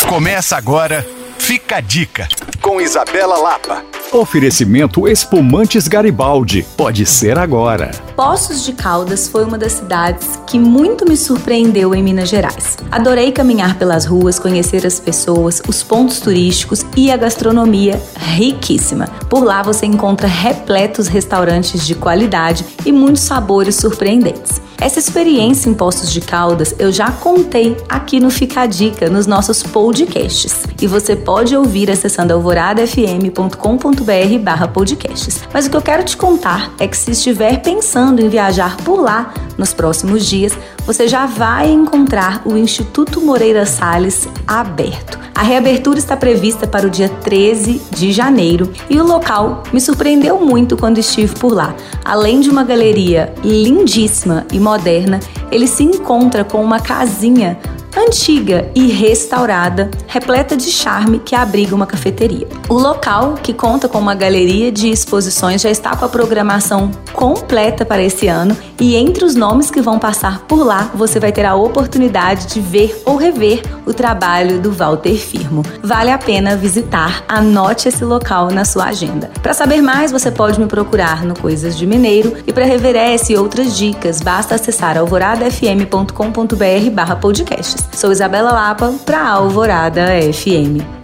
Começa agora, Fica a Dica, com Isabela Lapa. Oferecimento Espumantes Garibaldi. Pode ser agora. Poços de Caldas foi uma das cidades que muito me surpreendeu em Minas Gerais. Adorei caminhar pelas ruas, conhecer as pessoas, os pontos turísticos e a gastronomia riquíssima. Por lá você encontra repletos restaurantes de qualidade e muitos sabores surpreendentes. Essa experiência em Poços de Caldas eu já contei aqui no Fica a Dica, nos nossos podcasts. E você pode ouvir acessando alvoradafm.com.br/podcasts. Mas o que eu quero te contar é que se estiver pensando em viajar por lá nos próximos dias, você já vai encontrar o Instituto Moreira Salles aberto. A reabertura está prevista para o dia 13 de janeiro e o local me surpreendeu muito quando estive por lá. Além de uma galeria lindíssima e moderna, ele se encontra com uma casinha antiga e restaurada, repleta de charme, que abriga uma cafeteria. O local, que conta com uma galeria de exposições, já está com a programação completa para esse ano e entre os nomes que vão passar por lá, você vai ter a oportunidade de ver ou rever o trabalho do Walter Firmo. Vale a pena visitar, anote esse local na sua agenda. Para saber mais, você pode me procurar no Coisas de Mineiro e para rever essa e outras dicas, basta acessar alvoradafm.com.br/podcasts. Sou Isabela Lapa para Alvorada FM.